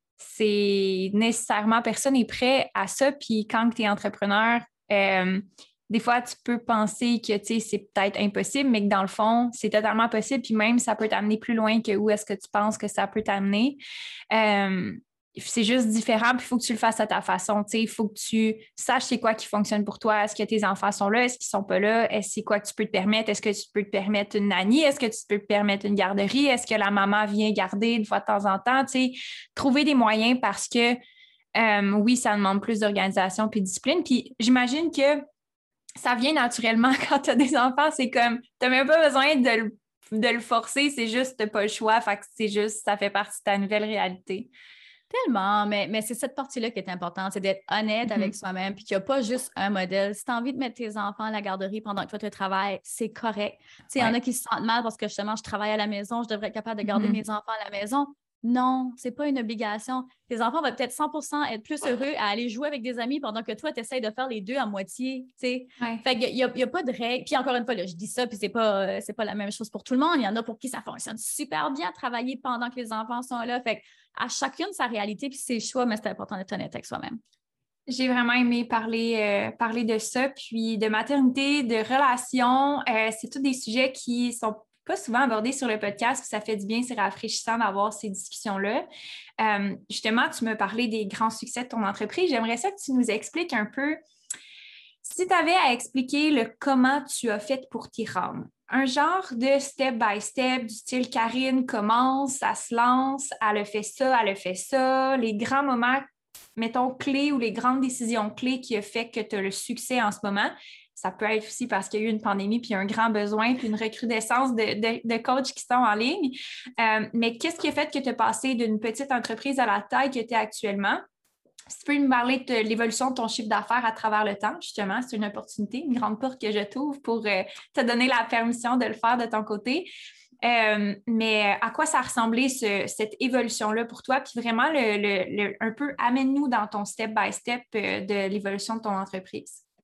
c'est nécessairement, personne n'est prêt à ça. Puis quand tu es entrepreneur, euh, des fois, tu peux penser que c'est peut-être impossible, mais que dans le fond, c'est totalement possible. Puis même, ça peut t'amener plus loin que où est-ce que tu penses que ça peut t'amener. Euh, c'est juste différent, puis il faut que tu le fasses à ta façon. Il faut que tu saches c'est quoi qui fonctionne pour toi. Est-ce que tes enfants sont là? Est-ce qu'ils ne sont pas là? Est-ce que c'est quoi que tu peux te permettre? Est-ce que tu peux te permettre une nanny? Est-ce que tu peux te permettre une garderie? Est-ce que la maman vient garder une fois de temps en temps? T'sais, trouver des moyens parce que euh, oui, ça demande plus d'organisation puis de discipline. Puis j'imagine que ça vient naturellement quand tu as des enfants. C'est comme, tu n'as même pas besoin de le, de le forcer, c'est juste, tu n'as pas le choix. Fait que c'est juste, ça fait partie de ta nouvelle réalité. Tellement, mais, mais c'est cette partie-là qui est importante, c'est d'être honnête mm-hmm. avec soi-même, puis qu'il n'y a pas juste un modèle. Si tu as envie de mettre tes enfants à la garderie pendant que toi, tu travailles, c'est correct. Il ouais. y en a qui se sentent mal parce que justement, je travaille à la maison, je devrais être capable de garder mm-hmm. mes enfants à la maison. Non, c'est pas une obligation. Tes enfants vont peut-être cent pour cent être plus heureux à aller jouer avec des amis pendant que toi, tu essaies de faire les deux à moitié. Ouais. Fait qu'il n'y a, a pas de règle. Puis encore une fois, là, je dis ça, puis c'est pas, euh, c'est pas la même chose pour tout le monde. Il y en a pour qui ça fonctionne super bien, travailler pendant que les enfants sont là. Fait à chacune sa réalité, puis ses choix, mais c'est important d'être honnête avec soi-même. J'ai vraiment aimé parler, euh, parler de ça, puis de maternité, de relations. Euh, c'est tous des sujets qui sont pas souvent abordés sur le podcast, puis ça fait du bien, c'est rafraîchissant d'avoir ces discussions-là. Euh, justement, tu me parlais des grands succès de ton entreprise. J'aimerais ça que tu nous expliques un peu, si tu avais à expliquer le comment tu as fait pour t'y rendre. Un genre de step-by-step du style Karine commence, elle se lance, elle a fait ça, elle a fait ça, les grands moments, mettons, clés ou les grandes décisions clés qui ont fait que tu as le succès en ce moment. Ça peut être aussi parce qu'il y a eu une pandémie, puis un grand besoin, puis une recrudescence de, de, de coachs qui sont en ligne. Euh, mais qu'est-ce qui a fait que tu as passé d'une petite entreprise à la taille que tu es actuellement? Si tu peux nous parler de l'évolution de ton chiffre d'affaires à travers le temps, justement, c'est une opportunité, une grande porte que je t'ouvre pour euh, te donner la permission de le faire de ton côté. Euh, mais à quoi ça a ressemblé ce, cette évolution-là pour toi? Puis vraiment, le, le, le, un peu, amène-nous dans ton step-by-step euh, de l'évolution de ton entreprise.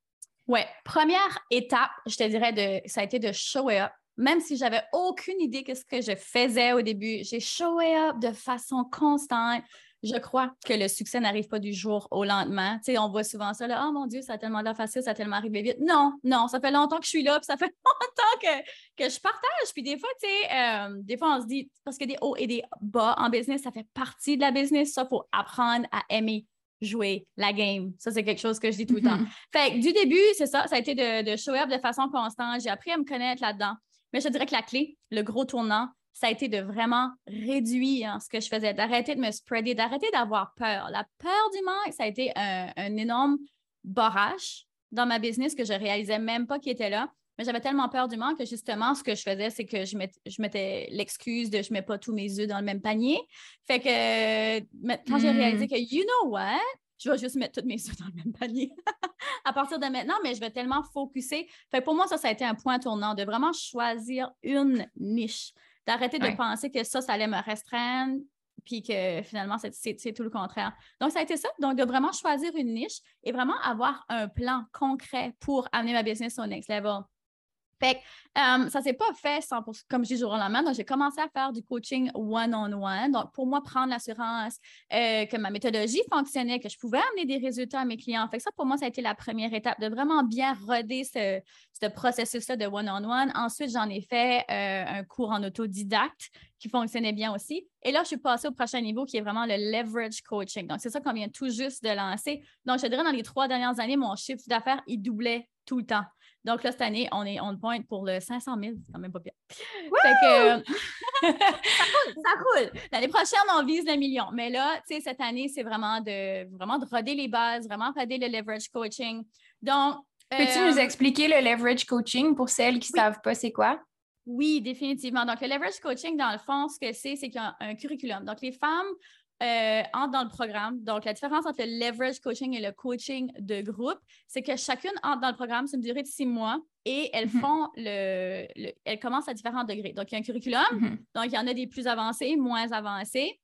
Oui, première étape, je te dirais, de, ça a été de show up. Même si j'avais aucune idée de ce que je faisais au début, j'ai show up de façon constante. Je crois que le succès n'arrive pas du jour au lendemain. Tu sais, on voit souvent ça, là, « Oh mon Dieu, ça a tellement l'air facile, ça a tellement arrivé vite. » Non, non, ça fait longtemps que je suis là, puis ça fait longtemps que, que je partage. Puis des fois, tu sais, euh, des fois, on se dit, parce que des hauts et des bas en business, ça fait partie de la business. Ça, il faut apprendre à aimer jouer la game. Ça, c'est quelque chose que je dis tout le temps. Fait que du début, c'est ça, ça a été de, de show up de façon constante. J'ai appris à me connaître là-dedans. Mais je te dirais que la clé, le gros tournant, ça a été de vraiment réduire ce que je faisais, d'arrêter de me spreader, d'arrêter d'avoir peur. La peur du manque, ça a été un, un énorme barrage dans ma business que je ne réalisais même pas qu'il était là. Mais j'avais tellement peur du manque que justement, ce que je faisais, c'est que je, met, je mettais l'excuse de je ne mets pas tous mes œufs dans le même panier. Fait que quand mm. j'ai réalisé que, you know what, je vais juste mettre tous mes œufs dans le même panier à partir de maintenant, mais je vais tellement focuser. Fait que pour moi, ça, ça a été un point tournant de vraiment choisir une niche, d'arrêter ouais. de penser que ça, ça allait me restreindre, puis que finalement, c'est, c'est, c'est tout le contraire. Donc, ça a été ça. Donc, de vraiment choisir une niche et vraiment avoir un plan concret pour amener ma business au next level. Fait que euh, ça ne s'est pas fait cent pour cent, comme je dis, jour au lendemain. Donc, j'ai commencé à faire du coaching one-on-one. Donc, pour moi, prendre l'assurance euh, que ma méthodologie fonctionnait, que je pouvais amener des résultats à mes clients. Fait que ça, pour moi, ça a été la première étape de vraiment bien roder ce, ce processus-là de one-on-one. Ensuite, j'en ai fait euh, un cours en autodidacte qui fonctionnait bien aussi. Et là, je suis passée au prochain niveau qui est vraiment le leverage coaching. Donc, c'est ça qu'on vient tout juste de lancer. Donc, je te dirais, dans les trois dernières années, mon chiffre d'affaires, il doublait tout le temps. Donc là, cette année, on est on point pour le cinq cent mille. C'est quand même pas pire. Fait que, euh, ça coule, ça coule. L'année prochaine, on vise le million. Mais là, tu sais, cette année, c'est vraiment de, vraiment de roder les bases, vraiment roder le leverage coaching. Donc, peux-tu euh, nous expliquer le leverage coaching pour celles qui ne oui. savent pas c'est quoi? Oui, définitivement. Donc, le leverage coaching, dans le fond, ce que c'est, c'est qu'il y a un, un curriculum. Donc, les femmes Euh, entre dans le programme. Donc, la différence entre le leverage coaching et le coaching de groupe, c'est que chacune entre dans le programme sur une durée de six mois et elles mm-hmm. font le, le... Elles commencent à différents degrés. Donc, il y a un curriculum. Mm-hmm. Donc, il y en a des plus avancés, moins avancés.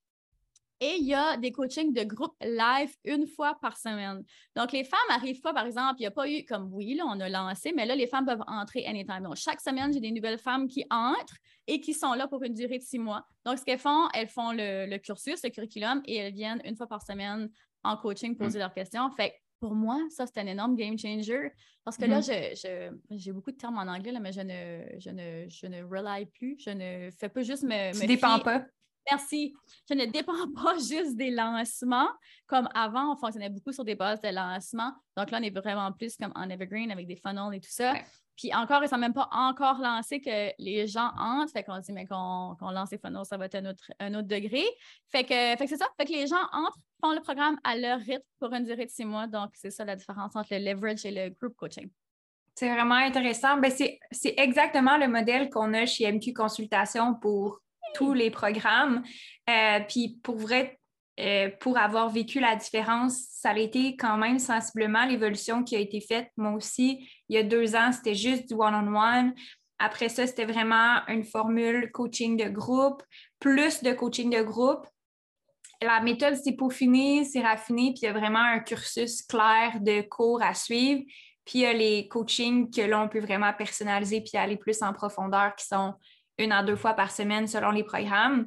Et il y a des coachings de groupe live une fois par semaine. Donc, les femmes n'arrivent pas, par exemple, il n'y a pas eu, comme oui, là, on a lancé, mais là, les femmes peuvent entrer anytime. Donc, chaque semaine, j'ai des nouvelles femmes qui entrent et qui sont là pour une durée de six mois. Donc, ce qu'elles font, elles font le, le cursus, le curriculum, et elles viennent une fois par semaine en coaching poser mm. leurs questions. Fait que pour moi, ça, c'est un énorme game changer parce que mm-hmm. là, je, je, j'ai beaucoup de termes en anglais, là, mais je ne, je, ne, je ne rely plus. Je ne fais pas juste me. Tu me dépends fier. pas. Merci. Je ne dépends pas juste des lancements. Comme avant, on fonctionnait beaucoup sur des bases de lancement. Donc là, on est vraiment plus comme en evergreen avec des funnels et tout ça. Ouais. Puis encore, ils ne sont même pas encore lancés que les gens entrent. Fait qu'on dit, mais qu'on, qu'on lance les funnels, ça va être un autre, un autre degré. Fait que, fait que c'est ça. Fait que les gens entrent, font le programme à leur rythme pour une durée de six mois. Donc, c'est ça la différence entre le leverage et le group coaching. C'est vraiment intéressant. Bien, c'est, c'est exactement le modèle qu'on a chez M Q Consultation pour tous les programmes. Euh, puis pour vrai, euh, pour avoir vécu la différence, ça a été quand même sensiblement l'évolution qui a été faite. Moi aussi, il y a deux ans, c'était juste du one-on-one. Après ça, c'était vraiment une formule coaching de groupe, plus de coaching de groupe. La méthode s'est peaufinée, c'est raffiné, puis il y a vraiment un cursus clair de cours à suivre. Puis il y a les coachings que là, on peut vraiment personnaliser puis aller plus en profondeur, qui sont une à deux fois par semaine selon les programmes.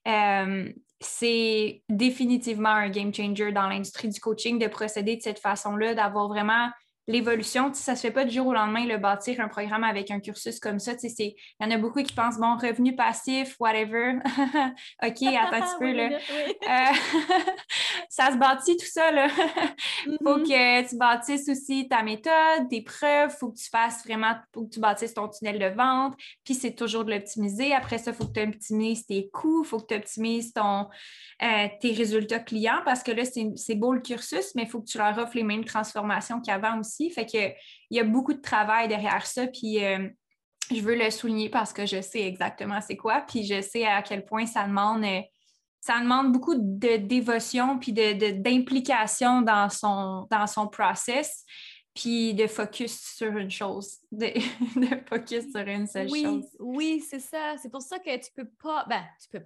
Euh, c'est définitivement un game changer dans l'industrie du coaching de procéder de cette façon-là, d'avoir vraiment l'évolution. Ça ne se fait pas du jour au lendemain, le bâtir un programme avec un cursus comme ça. Il y en a beaucoup qui pensent, bon, revenu passif, whatever. OK, attends un petit peu. Là. Oui. Euh, ça se bâtit tout ça. Il mm-hmm. faut que tu bâtisses aussi ta méthode, tes preuves. Il faut que tu fasses vraiment, faut que tu bâtisses ton tunnel de vente. Puis c'est toujours de l'optimiser. Après ça, il faut que tu optimises tes coûts. Il faut que tu optimises ton, euh, tes résultats clients parce que là, c'est, c'est beau le cursus, mais il faut que tu leur offres les mêmes transformations qu'avant aussi. Fait que il y a beaucoup de travail derrière ça, puis euh, je veux le souligner parce que je sais exactement c'est quoi, puis je sais à quel point ça demande, euh, ça demande beaucoup de dévotion puis de, de, d'implication dans son, dans son process, puis de focus sur une chose, de, de focus sur une seule oui, chose. Oui, c'est ça. C'est pour ça que tu peux pas, ben, tu peux pas.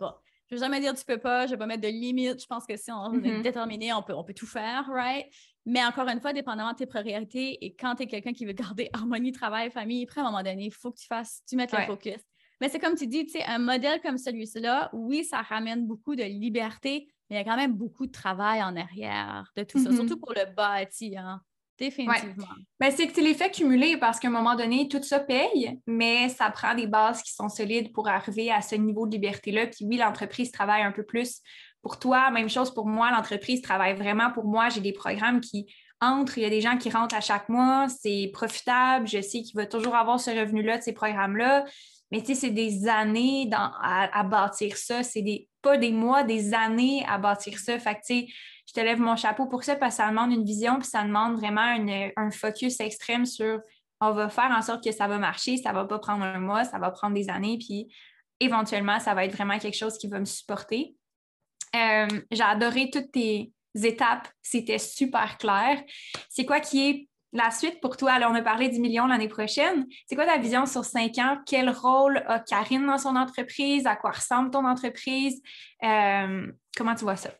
Je ne vais jamais dire tu peux pas, je ne vais pas mettre de limites. Je pense que si on Mm-hmm. est déterminé, on peut, on peut tout faire, right? Mais encore une fois, dépendamment de tes priorités et quand tu es quelqu'un qui veut garder harmonie, travail, famille, après, à un moment donné, il faut que tu fasses, tu mettes ouais. le focus. Mais c'est comme tu dis, tu sais, un modèle comme celui-là, oui, ça ramène beaucoup de liberté, mais il y a quand même beaucoup de travail en arrière de tout ça, Mm-hmm. surtout pour le bâti, hein? Définitivement. Ouais. Ben, c'est que c'est l'effet cumulé parce qu'à un moment donné, tout ça paye, mais ça prend des bases qui sont solides pour arriver à ce niveau de liberté-là. Puis oui, l'entreprise travaille un peu plus pour toi. Même chose pour moi, l'entreprise travaille vraiment pour moi. J'ai des programmes qui entrent, il y a des gens qui rentrent à chaque mois, c'est profitable. Je sais qu'il va toujours avoir ce revenu-là de ces programmes-là. Mais tu sais, c'est des années dans, à, à bâtir ça. C'est des, pas des mois, des années à bâtir ça. Fait que tu sais, je te lève mon chapeau pour ça parce que ça demande une vision puis ça demande vraiment une, un focus extrême sur on va faire en sorte que ça va marcher, ça va pas prendre un mois, ça va prendre des années puis éventuellement, ça va être vraiment quelque chose qui va me supporter. Euh, j'ai adoré toutes tes étapes, c'était super clair. C'est quoi qui est la suite pour toi? Alors, on a parlé dix millions l'année prochaine. C'est quoi ta vision sur cinq ans? Quel rôle a Karine dans son entreprise? À quoi ressemble ton entreprise? Euh, comment tu vois ça?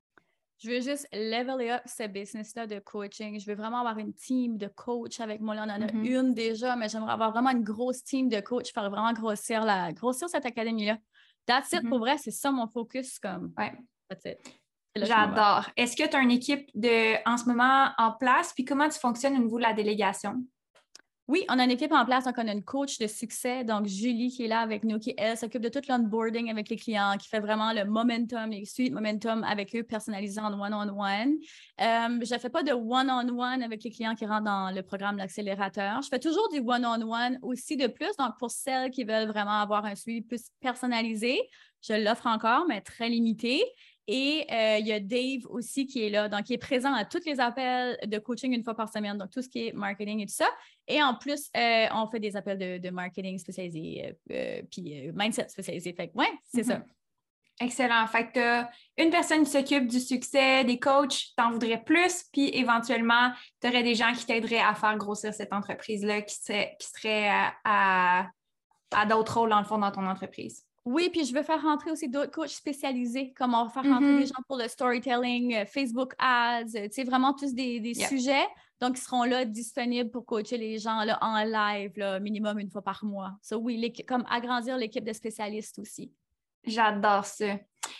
Je veux juste leveler up ce business-là de coaching. Je veux vraiment avoir une team de coach avec moi. Là, on en a mm-hmm. une déjà, mais j'aimerais avoir vraiment une grosse team de coach, faire vraiment grossir, la, grossir cette académie-là. That's it, mm-hmm. pour vrai, c'est ça mon focus. Comme... Ouais. That's it. J'adore. Est-ce que tu as une équipe de, en ce moment en place? Puis comment tu fonctionnes au niveau de la délégation? Oui, on a une équipe en place. Donc, on a une coach de succès, donc Julie, qui est là avec nous, qui, elle, s'occupe de tout l'onboarding avec les clients, qui fait vraiment le momentum, les suites momentum avec eux, personnalisés en one-on-one. Euh, je ne fais pas de one-on-one avec les clients qui rentrent dans le programme d'accélérateur. Je fais toujours du one-on-one aussi de plus. Donc, pour celles qui veulent vraiment avoir un suivi plus personnalisé, je l'offre encore, mais très limité. Et euh, il y a Dave aussi qui est là, donc qui est présent à tous les appels de coaching une fois par semaine, donc tout ce qui est marketing et tout ça. Et en plus, euh, on fait des appels de, de marketing spécialisés, euh, euh, puis euh, mindset spécialisé. Fait que, ouais, c'est mm-hmm. ça. Excellent. Fait que tu as une personne qui s'occupe du succès, des coachs, tu en voudrais plus, puis éventuellement, tu aurais des gens qui t'aideraient à faire grossir cette entreprise-là, qui seraient, qui seraient à, à, à d'autres rôles, dans le fond, dans ton entreprise. Oui, puis je veux faire rentrer aussi d'autres coachs spécialisés, comme on va faire rentrer mm-hmm. des gens pour le storytelling, euh, Facebook Ads, tu sais, vraiment tous des, des yep. sujets. Donc, ils seront là disponibles pour coacher les gens là, en live, là, minimum une fois par mois. Ça, so, oui, comme agrandir l'équipe de spécialistes aussi. J'adore ça.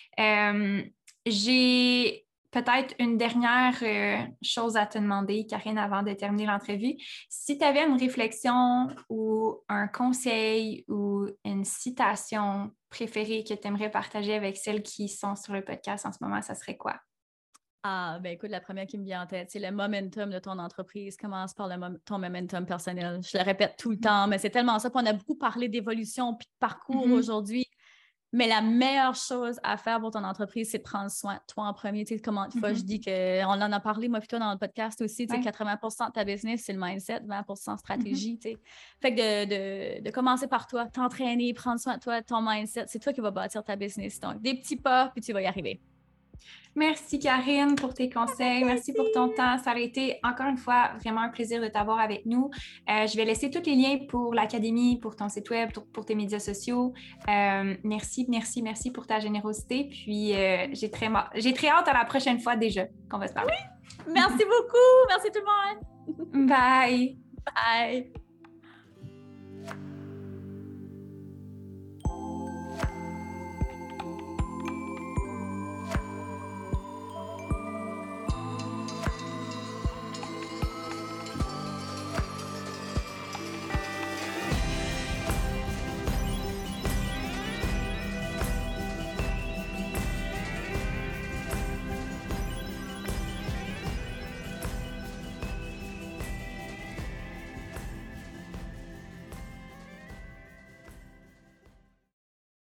Euh, j'ai peut-être une dernière euh, chose à te demander, Karine, avant de terminer l'entrevue. Si tu avais une réflexion ou un conseil ou une citation préférée que tu aimerais partager avec celles qui sont sur le podcast en ce moment, ça serait quoi? Ah, ben écoute, la première qui me vient en tête, c'est le momentum de ton entreprise. Commence par le mom- ton momentum personnel. Je le répète tout le temps, mais c'est tellement ça. Puis on a beaucoup parlé d'évolution puis de parcours mm-hmm. aujourd'hui. Mais la meilleure chose à faire pour ton entreprise, c'est de prendre soin de toi en premier. Tu sais, comment une fois, mm-hmm. je dis qu'on en a parlé, moi, plutôt dans le podcast aussi. Tu sais, ouais. quatre-vingts pour cent de ta business, c'est le mindset, vingt pour cent stratégie. Mm-hmm. Tu sais. Fait que de, de, de commencer par toi, t'entraîner, prendre soin de toi, ton mindset, c'est toi qui vas bâtir ta business. Donc, des petits pas, puis tu vas y arriver. Merci, Karine, pour tes conseils. Merci pour ton temps. Ça a été, encore une fois, vraiment un plaisir de t'avoir avec nous. Euh, je vais laisser tous les liens pour l'Académie, pour ton site web, pour tes médias sociaux. Euh, merci, merci, merci pour ta générosité. Puis, euh, j'ai très, j'ai très hâte à la prochaine fois déjà qu'on va se parler. Oui. Merci beaucoup. Merci tout le monde. Bye. Bye.